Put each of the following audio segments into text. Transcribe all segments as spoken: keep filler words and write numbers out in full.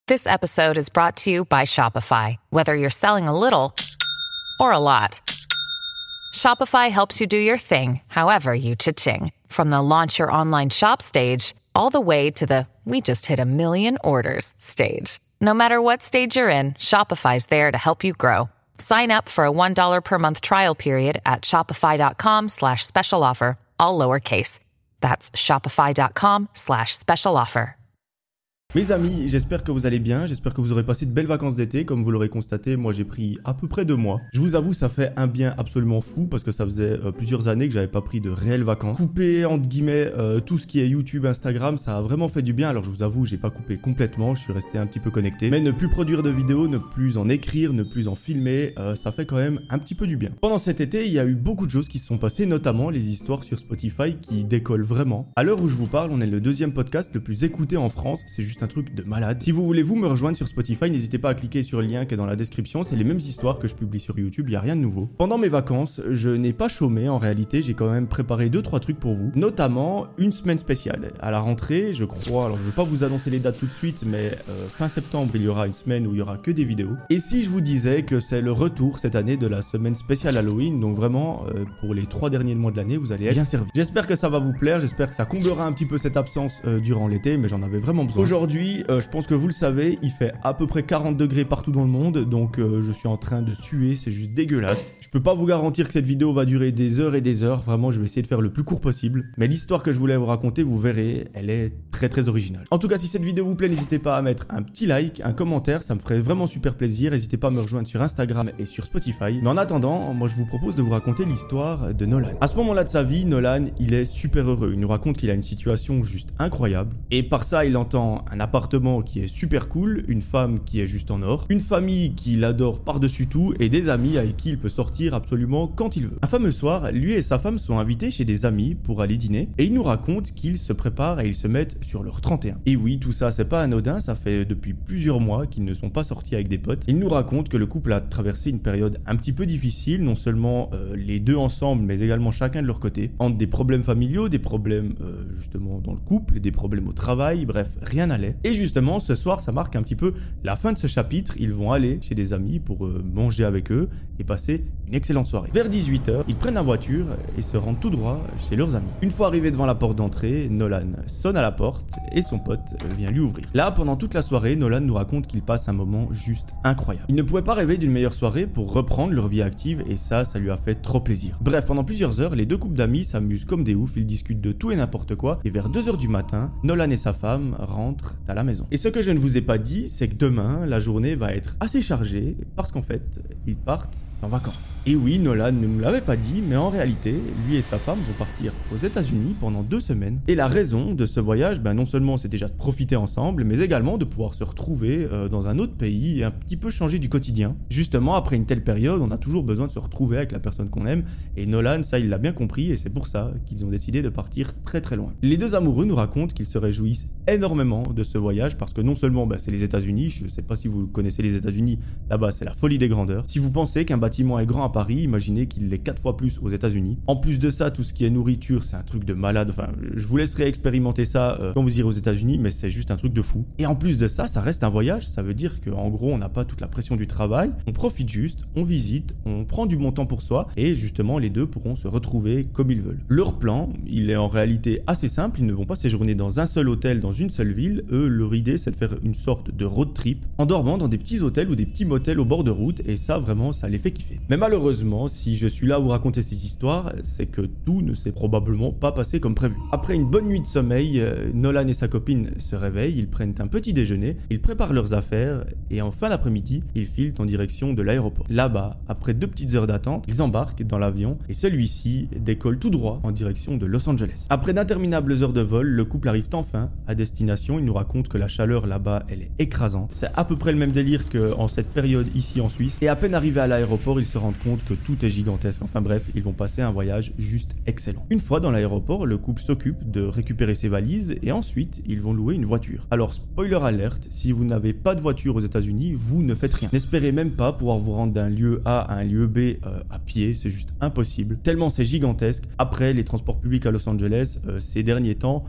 This episode is brought to you by Shopify. Whether you're selling a little or a lot, Shopify helps you do your thing, however you cha-ching. From the launch your online shop stage, all the way to the we just hit a million orders stage. No matter what stage you're in, Shopify's there to help you grow. Sign up for a one dollar per month trial period at shopify.com slash special offer, all lowercase. That's shopify.com slash special offer. Mes amis, j'espère que vous allez bien, j'espère que vous aurez passé de belles vacances d'été. Comme vous l'aurez constaté, moi j'ai pris à peu près deux mois. Je vous avoue, ça fait un bien absolument fou parce que ça faisait euh, plusieurs années que j'avais pas pris de réelles vacances. Couper entre guillemets euh, tout ce qui est YouTube, Instagram, ça a vraiment fait du bien. Alors je vous avoue, j'ai pas coupé complètement, je suis resté un petit peu connecté. Mais ne plus produire de vidéos, ne plus en écrire, ne plus en filmer, euh, ça fait quand même un petit peu du bien. Pendant cet été, il y a eu beaucoup de choses qui se sont passées, notamment les histoires sur Spotify qui décollent vraiment. À l'heure où je vous parle, on est le deuxième podcast le plus écouté en France, c'est juste un truc de malade. Si vous voulez vous me rejoindre sur Spotify, n'hésitez pas à cliquer sur le lien qui est dans la description, c'est les mêmes histoires que je publie sur YouTube, il n'y a rien de nouveau. Pendant mes vacances, je n'ai pas chômé en réalité, j'ai quand même préparé deux trois trucs pour vous, notamment une semaine spéciale. À la rentrée, je crois, alors je ne vais pas vous annoncer les dates tout de suite, mais euh, fin septembre, il y aura une semaine où il y aura que des vidéos. Et si je vous disais que c'est le retour cette année de la semaine spéciale Halloween, donc vraiment euh, pour les trois derniers mois de l'année, vous allez être bien servi. J'espère que ça va vous plaire, j'espère que ça comblera un petit peu cette absence euh, durant l'été, mais j'en avais vraiment besoin. Aujourd'hui, euh, je pense que vous le savez, il fait à peu près quarante degrés partout dans le monde, donc euh, je suis en train de suer, c'est juste dégueulasse. Je peux pas vous garantir que cette vidéo va durer des heures et des heures, vraiment je vais essayer de faire le plus court possible, mais l'histoire que je voulais vous raconter, vous verrez, elle est très très originale. En tout cas, si cette vidéo vous plaît, n'hésitez pas à mettre un petit like, un commentaire, ça me ferait vraiment super plaisir. N'hésitez pas à me rejoindre sur Instagram et sur Spotify. Mais en attendant, moi je vous propose de vous raconter l'histoire de Nolan. À ce moment-là de sa vie, Nolan, il est super heureux. Il nous raconte qu'il a une situation juste incroyable. Et par ça, il entend un appartement qui est super cool, une femme qui est juste en or, une famille qu'il adore par-dessus tout et des amis avec qui il peut sortir absolument quand il veut. Un fameux soir, lui et sa femme sont invités chez des amis pour aller dîner et il nous raconte qu'ils se préparent et ils se mettent sur leur trente et un. Et oui, tout ça, c'est pas anodin, ça fait depuis plusieurs mois qu'ils ne sont pas sortis avec des potes. Il nous raconte que le couple a traversé une période un petit peu difficile, non seulement euh, les deux ensemble, mais également chacun de leur côté, entre des problèmes familiaux, des problèmes euh, justement dans le couple, des problèmes au travail, bref, rien n'allait. Et justement, ce soir, ça marque un petit peu la fin de ce chapitre. Ils vont aller chez des amis pour euh, manger avec eux et passer une excellente soirée. Vers dix-huit heures, ils prennent la voiture et se rendent tout droit chez leurs amis. Une fois arrivés devant la porte d'entrée, Nolan sonne à la porte et son pote vient lui ouvrir. Là, pendant toute la soirée, Nolan nous raconte qu'il passe un moment juste incroyable. Il ne pouvait pas rêver d'une meilleure soirée pour reprendre leur vie active et ça, ça lui a fait trop plaisir. Bref, pendant plusieurs heures, les deux couples d'amis s'amusent comme des oufs, ils discutent de tout et n'importe quoi et vers deux heures du matin, Nolan et sa femme rentrent à la maison. Et ce que je ne vous ai pas dit, c'est que demain, la journée va être assez chargée parce qu'en fait, ils partent en vacances. Et oui, Nolan ne nous l'avait pas dit, mais en réalité, lui et sa femme vont partir aux États-Unis pendant deux semaines. Et la raison de ce voyage, ben non seulement c'est déjà de profiter ensemble, mais également de pouvoir se retrouver euh, dans un autre pays et un petit peu changer du quotidien. Justement, après une telle période, on a toujours besoin de se retrouver avec la personne qu'on aime. Et Nolan, ça, il l'a bien compris, et c'est pour ça qu'ils ont décidé de partir très très loin. Les deux amoureux nous racontent qu'ils se réjouissent énormément de ce voyage parce que non seulement ben, c'est les États-Unis, je sais pas si vous connaissez les États-Unis, là-bas c'est la folie des grandeurs. Si vous pensez qu'un bâtiment est grand à Paris, imaginez qu'il l'est quatre fois plus aux États-Unis. En plus de ça, tout ce qui est nourriture, c'est un truc de malade. Enfin, je vous laisserai expérimenter ça euh, quand vous irez aux États-Unis, mais c'est juste un truc de fou. Et en plus de ça, ça reste un voyage. Ça veut dire qu'en gros, on n'a pas toute la pression du travail. On profite juste, on visite, on prend du bon temps pour soi, et justement, les deux pourront se retrouver comme ils veulent. Leur plan, il est en réalité assez simple. Ils ne vont pas séjourner dans un seul hôtel, dans une seule ville. Eux, leur idée, c'est de faire une sorte de road trip en dormant dans des petits hôtels ou des petits motels au bord de route, et ça, vraiment, ça les fait kiffer. Mais malheureusement, si je suis là à vous raconter cette histoire, c'est que tout ne s'est probablement pas passé comme prévu. Après une bonne nuit de sommeil, euh, Nolan et sa copine se réveillent, ils prennent un petit déjeuner, ils préparent leurs affaires et en fin d'après-midi, ils filent en direction de l'aéroport. Là-bas, après deux petites heures d'attente, ils embarquent dans l'avion et celui-ci décolle tout droit en direction de Los Angeles. Après d'interminables heures de vol, le couple arrive enfin à destination. Il nous raconte que la chaleur là-bas, elle est écrasante. C'est à peu près le même délire qu'en cette période ici en Suisse. Et à peine arrivés à l'aéroport, ils se rendent compte que tout est gigantesque. Enfin bref, ils vont passer un voyage juste excellent. Une fois dans l'aéroport, le couple s'occupe de récupérer ses valises et ensuite, ils vont louer une voiture. Alors, spoiler alerte, si vous n'avez pas de voiture aux États-Unis, vous ne faites rien. N'espérez même pas pouvoir vous rendre d'un lieu A à un lieu B euh, à pied, c'est juste impossible. Tellement c'est gigantesque. Après, les transports publics à Los Angeles, euh, ces derniers temps,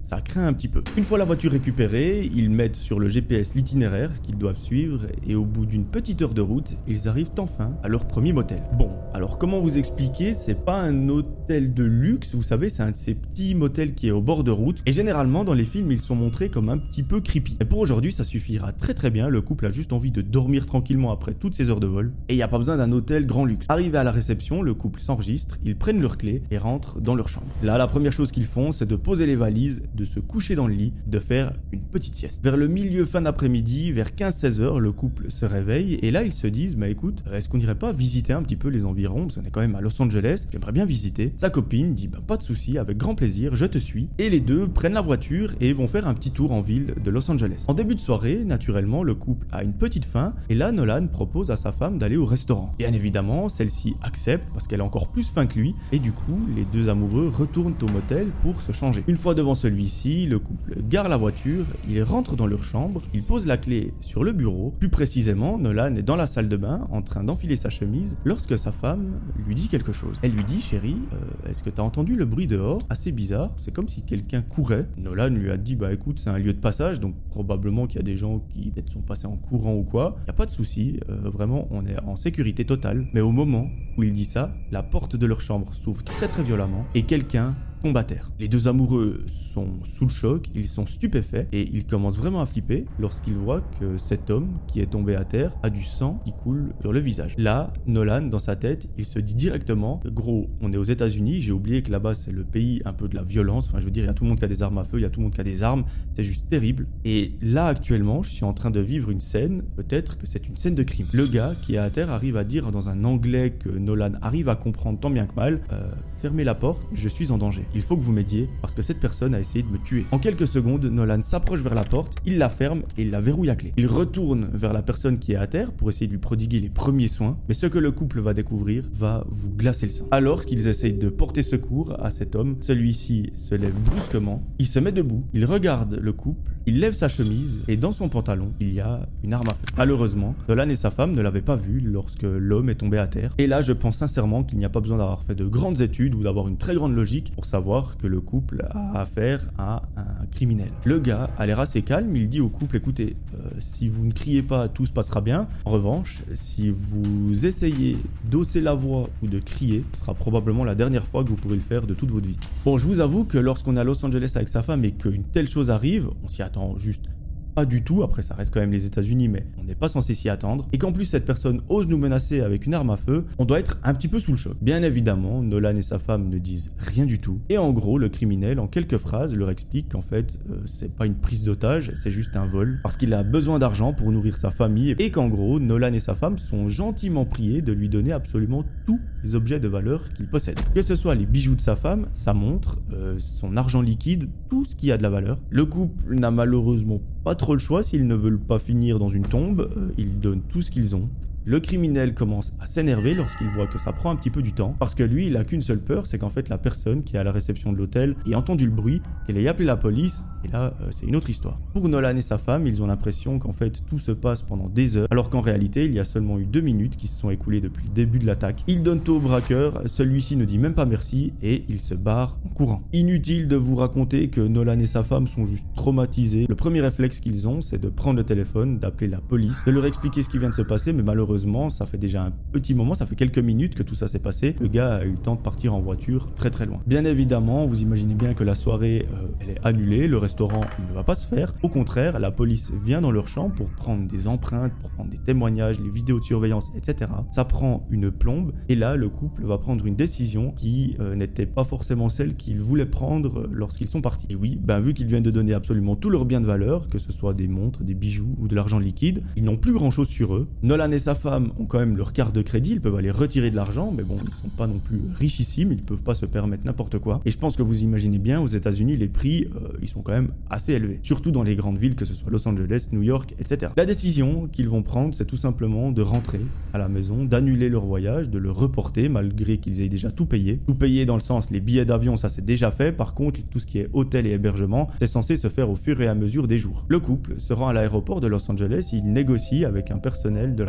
ça craint un petit peu. Une fois la voiture récupérée, ils mettent sur le G P S l'itinéraire qu'ils doivent suivre et au bout d'une petite heure de route, ils arrivent enfin à leur premier motel. Bon, alors comment vous expliquer, c'est pas un hôtel de luxe, vous savez, c'est un de ces petits motels qui est au bord de route et généralement dans les films, ils sont montrés comme un petit peu creepy. Et pour aujourd'hui, ça suffira très très bien, le couple a juste envie de dormir tranquillement après toutes ces heures de vol et il n'y a pas besoin d'un hôtel grand luxe. Arrivé à la réception, le couple s'enregistre, ils prennent leurs clés et rentrent dans leur chambre. Là, la première chose qu'ils font, c'est de poser les valises, de se coucher dans le lit, de faire une petite sieste. Vers le milieu fin d'après-midi, vers quinze seize heures, le couple se réveille et là ils se disent bah écoute, est-ce qu'on n'irait pas visiter un petit peu les environs, parce qu'on est quand même à Los Angeles, j'aimerais bien visiter. Sa copine dit bah pas de souci, avec grand plaisir, je te suis. Et les deux prennent la voiture et vont faire un petit tour en ville de Los Angeles. En début de soirée, naturellement, le couple a une petite faim et là Nolan propose à sa femme d'aller au restaurant. Bien évidemment, celle-ci accepte parce qu'elle a encore plus faim que lui et du coup, les deux amoureux retournent au motel pour se changer. Une fois devant celui-ci, le couple gare la voiture, ils rentrent dans leur chambre, ils posent la clé sur le bureau. Plus précisément, Nolan est dans la salle de bain en train d'enfiler sa chemise lorsque sa femme lui dit quelque chose. Elle lui dit chérie, euh, est-ce que t'as entendu le bruit dehors? Assez bizarre, c'est comme si quelqu'un courait. Nolan lui a dit bah écoute, c'est un lieu de passage donc probablement qu'il y a des gens qui peut-être sont passés en courant ou quoi. Y a pas de souci, euh, vraiment on est en sécurité totale. Mais au moment où il dit ça, la porte de leur chambre s'ouvre très très violemment et quelqu'un tombe à terre. Les deux amoureux sont sous le choc, ils sont stupéfaits et ils commencent vraiment à flipper lorsqu'ils voient que cet homme qui est tombé à terre a du sang qui coule sur le visage. Là, Nolan, dans sa tête, il se dit directement gros, on est aux États-Unis, j'ai oublié que là-bas c'est le pays un peu de la violence, enfin je veux dire, il y a tout le monde qui a des armes à feu, il y a tout le monde qui a des armes, c'est juste terrible. Et là actuellement, je suis en train de vivre une scène, peut-être que c'est une scène de crime. Le gars qui est à terre arrive à dire dans un anglais que Nolan arrive à comprendre tant bien que mal, euh, fermez la porte, je suis en danger. Il faut que vous m'aidiez parce que cette personne a essayé de me tuer. En quelques secondes, Nolan s'approche vers la porte, il la ferme et il la verrouille à clé. Il retourne vers la personne qui est à terre pour essayer de lui prodiguer les premiers soins, mais ce que le couple va découvrir va vous glacer le sang. Alors qu'ils essayent de porter secours à cet homme, celui-ci se lève brusquement, il se met debout, il regarde le couple, il lève sa chemise et dans son pantalon, il y a une arme à feu. Malheureusement, Nolan et sa femme ne l'avaient pas vu lorsque l'homme est tombé à terre. Et là, je pense sincèrement qu'il n'y a pas besoin d'avoir fait de grandes études ou d'avoir une très grande logique pour savoir que le couple a affaire à un criminel. Le gars a l'air assez calme, il dit au couple, écoutez, euh, si vous ne criez pas, tout se passera bien. En revanche, si vous essayez d'hausser la voix ou de crier, ce sera probablement la dernière fois que vous pourrez le faire de toute votre vie. Bon, je vous avoue que lorsqu'on est à Los Angeles avec sa femme et qu'une telle chose arrive, on s'y attend juste pas du tout, après ça reste quand même les États-Unis, mais on n'est pas censé s'y attendre, et qu'en plus cette personne ose nous menacer avec une arme à feu, on doit être un petit peu sous le choc. Bien évidemment, Nolan et sa femme ne disent rien du tout, et en gros, le criminel, en quelques phrases, leur explique qu'en fait, euh, c'est pas une prise d'otage, c'est juste un vol, parce qu'il a besoin d'argent pour nourrir sa famille, et qu'en gros, Nolan et sa femme sont gentiment priés de lui donner absolument tous les objets de valeur qu'il possède. Que ce soit les bijoux de sa femme, sa montre, euh, son argent liquide, tout ce qui a de la valeur. Le couple n'a malheureusement pas trop le choix s'ils ne veulent pas finir dans une tombe, euh, ils donnent tout ce qu'ils ont. Le criminel commence à s'énerver lorsqu'il voit que ça prend un petit peu du temps, parce que lui, il a qu'une seule peur, c'est qu'en fait la personne qui est à la réception de l'hôtel ait entendu le bruit, qu'elle ait appelé la police, et là, euh, c'est une autre histoire. Pour Nolan et sa femme, ils ont l'impression qu'en fait tout se passe pendant des heures, alors qu'en réalité, il y a seulement eu deux minutes qui se sont écoulées depuis le début de l'attaque. Ils donnent tout au braqueur, celui-ci ne dit même pas merci, et il se barre en courant. Inutile de vous raconter que Nolan et sa femme sont juste traumatisés. Le premier réflexe qu'ils ont, c'est de prendre le téléphone, d'appeler la police, de leur expliquer ce qui vient de se passer, mais malheureusement, ça fait déjà un petit moment, ça fait quelques minutes que tout ça s'est passé. Le gars a eu le temps de partir en voiture très très loin. Bien évidemment, vous imaginez bien que la soirée, euh, elle est annulée, le restaurant ne va pas se faire. Au contraire, la police vient dans leur chambre pour prendre des empreintes, pour prendre des témoignages, les vidéos de surveillance, et cetera. Ça prend une plombe et là, le couple va prendre une décision qui euh, n'était pas forcément celle qu'ils voulaient prendre lorsqu'ils sont partis. Et oui, ben vu qu'ils viennent de donner absolument tous leurs biens de valeur, que ce soit des montres, des bijoux ou de l'argent liquide, ils n'ont plus grand chose sur eux. Nolan et sa femme ont quand même leur carte de crédit, ils peuvent aller retirer de l'argent, mais bon, ils sont pas non plus richissimes, ils peuvent pas se permettre n'importe quoi. Et je pense que vous imaginez bien, aux États-Unis, les prix, euh, ils sont quand même assez élevés. Surtout dans les grandes villes, que ce soit Los Angeles, New York, et cetera. La décision qu'ils vont prendre, c'est tout simplement de rentrer à la maison, d'annuler leur voyage, de le reporter, malgré qu'ils aient déjà tout payé. Tout payé dans le sens, les billets d'avion, ça c'est déjà fait. Par contre, tout ce qui est hôtel et hébergement, c'est censé se faire au fur et à mesure des jours. Le couple se rend à l'aéroport de Los Angeles, il négocie avec un personnel de la compagnie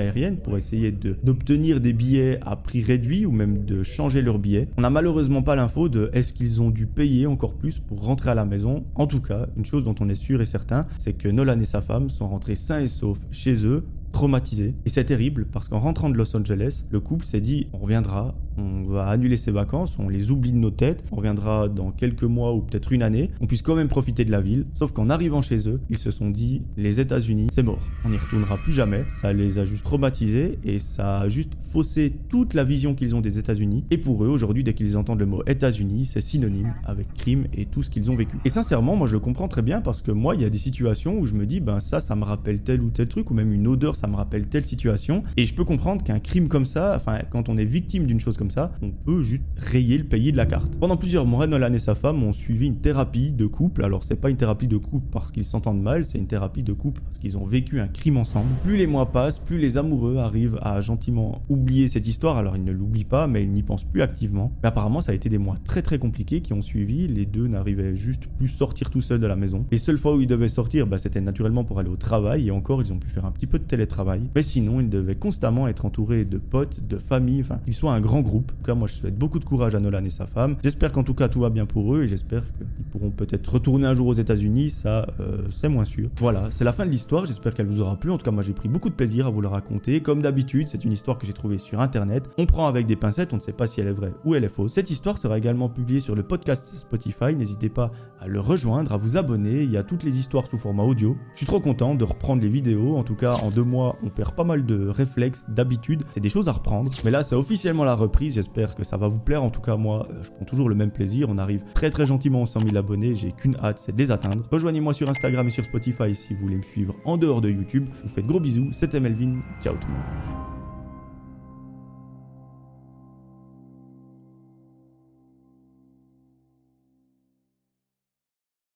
aériennes pour essayer de, d'obtenir des billets à prix réduit ou même de changer leurs billets. On n'a malheureusement pas l'info de est-ce qu'ils ont dû payer encore plus pour rentrer à la maison. En tout cas, une chose dont on est sûr et certain, c'est que Nolan et sa femme sont rentrés sains et saufs chez eux, traumatisé. Et c'est terrible parce qu'en rentrant de Los Angeles, le couple s'est dit on reviendra, on va annuler ses vacances, on les oublie de nos têtes, on reviendra dans quelques mois ou peut-être une année, on puisse quand même profiter de la ville. Sauf qu'en arrivant chez eux, ils se sont dit les États-Unis, c'est mort, on n'y retournera plus jamais. Ça les a juste traumatisés et ça a juste faussé toute la vision qu'ils ont des États-Unis. Et pour eux, aujourd'hui, dès qu'ils entendent le mot États-Unis, c'est synonyme avec crime et tout ce qu'ils ont vécu. Et sincèrement, moi je le comprends très bien parce que moi, il y a des situations où je me dis ben ça, ça me rappelle tel ou tel truc ou même une odeur, ça me rappelle telle situation, et je peux comprendre qu'un crime comme ça, enfin quand on est victime d'une chose comme ça, on peut juste rayer le pays de la carte. Pendant plusieurs mois, Nolan et sa femme ont suivi une thérapie de couple. Alors c'est pas une thérapie de couple parce qu'ils s'entendent mal, c'est une thérapie de couple parce qu'ils ont vécu un crime ensemble. Plus les mois passent, plus les amoureux arrivent à gentiment oublier cette histoire. Alors ils ne l'oublient pas, mais ils n'y pensent plus activement. Mais apparemment ça a été des mois très très compliqués qui ont suivi. Les deux n'arrivaient juste plus sortir tout seuls de la maison. Les seules fois où ils devaient sortir, bah, c'était naturellement pour aller au travail, et encore ils ont pu faire un petit peu de télétravail. Mais sinon, ils devaient constamment être entourés de potes, de famille, enfin, qu'ils soient un grand groupe. En tout cas, moi, je souhaite beaucoup de courage à Nolan et sa femme. J'espère qu'en tout cas, tout va bien pour eux et j'espère qu'ils pourront peut-être retourner un jour aux États-Unis. Ça, euh, c'est moins sûr. Voilà, c'est la fin de l'histoire. J'espère qu'elle vous aura plu. En tout cas, moi, j'ai pris beaucoup de plaisir à vous la raconter. Comme d'habitude, c'est une histoire que j'ai trouvée sur Internet. On prend avec des pincettes. On ne sait pas si elle est vraie ou elle est fausse. Cette histoire sera également publiée sur le podcast Spotify. N'hésitez pas à le rejoindre, à vous abonner. Il y a toutes les histoires sous format audio. Je suis trop content de reprendre les vidéos. En tout cas, en deux mois, on perd pas mal de réflexes, d'habitude, c'est des choses à reprendre. Mais là, c'est officiellement la reprise, j'espère que ça va vous plaire. En tout cas, moi, je prends toujours le même plaisir. On arrive très très gentiment aux cent mille abonnés, j'ai qu'une hâte, c'est de les atteindre. Rejoignez-moi sur Instagram et sur Spotify si vous voulez me suivre en dehors de YouTube. Je vous fais de gros bisous, c'était Melvin, ciao tout le monde.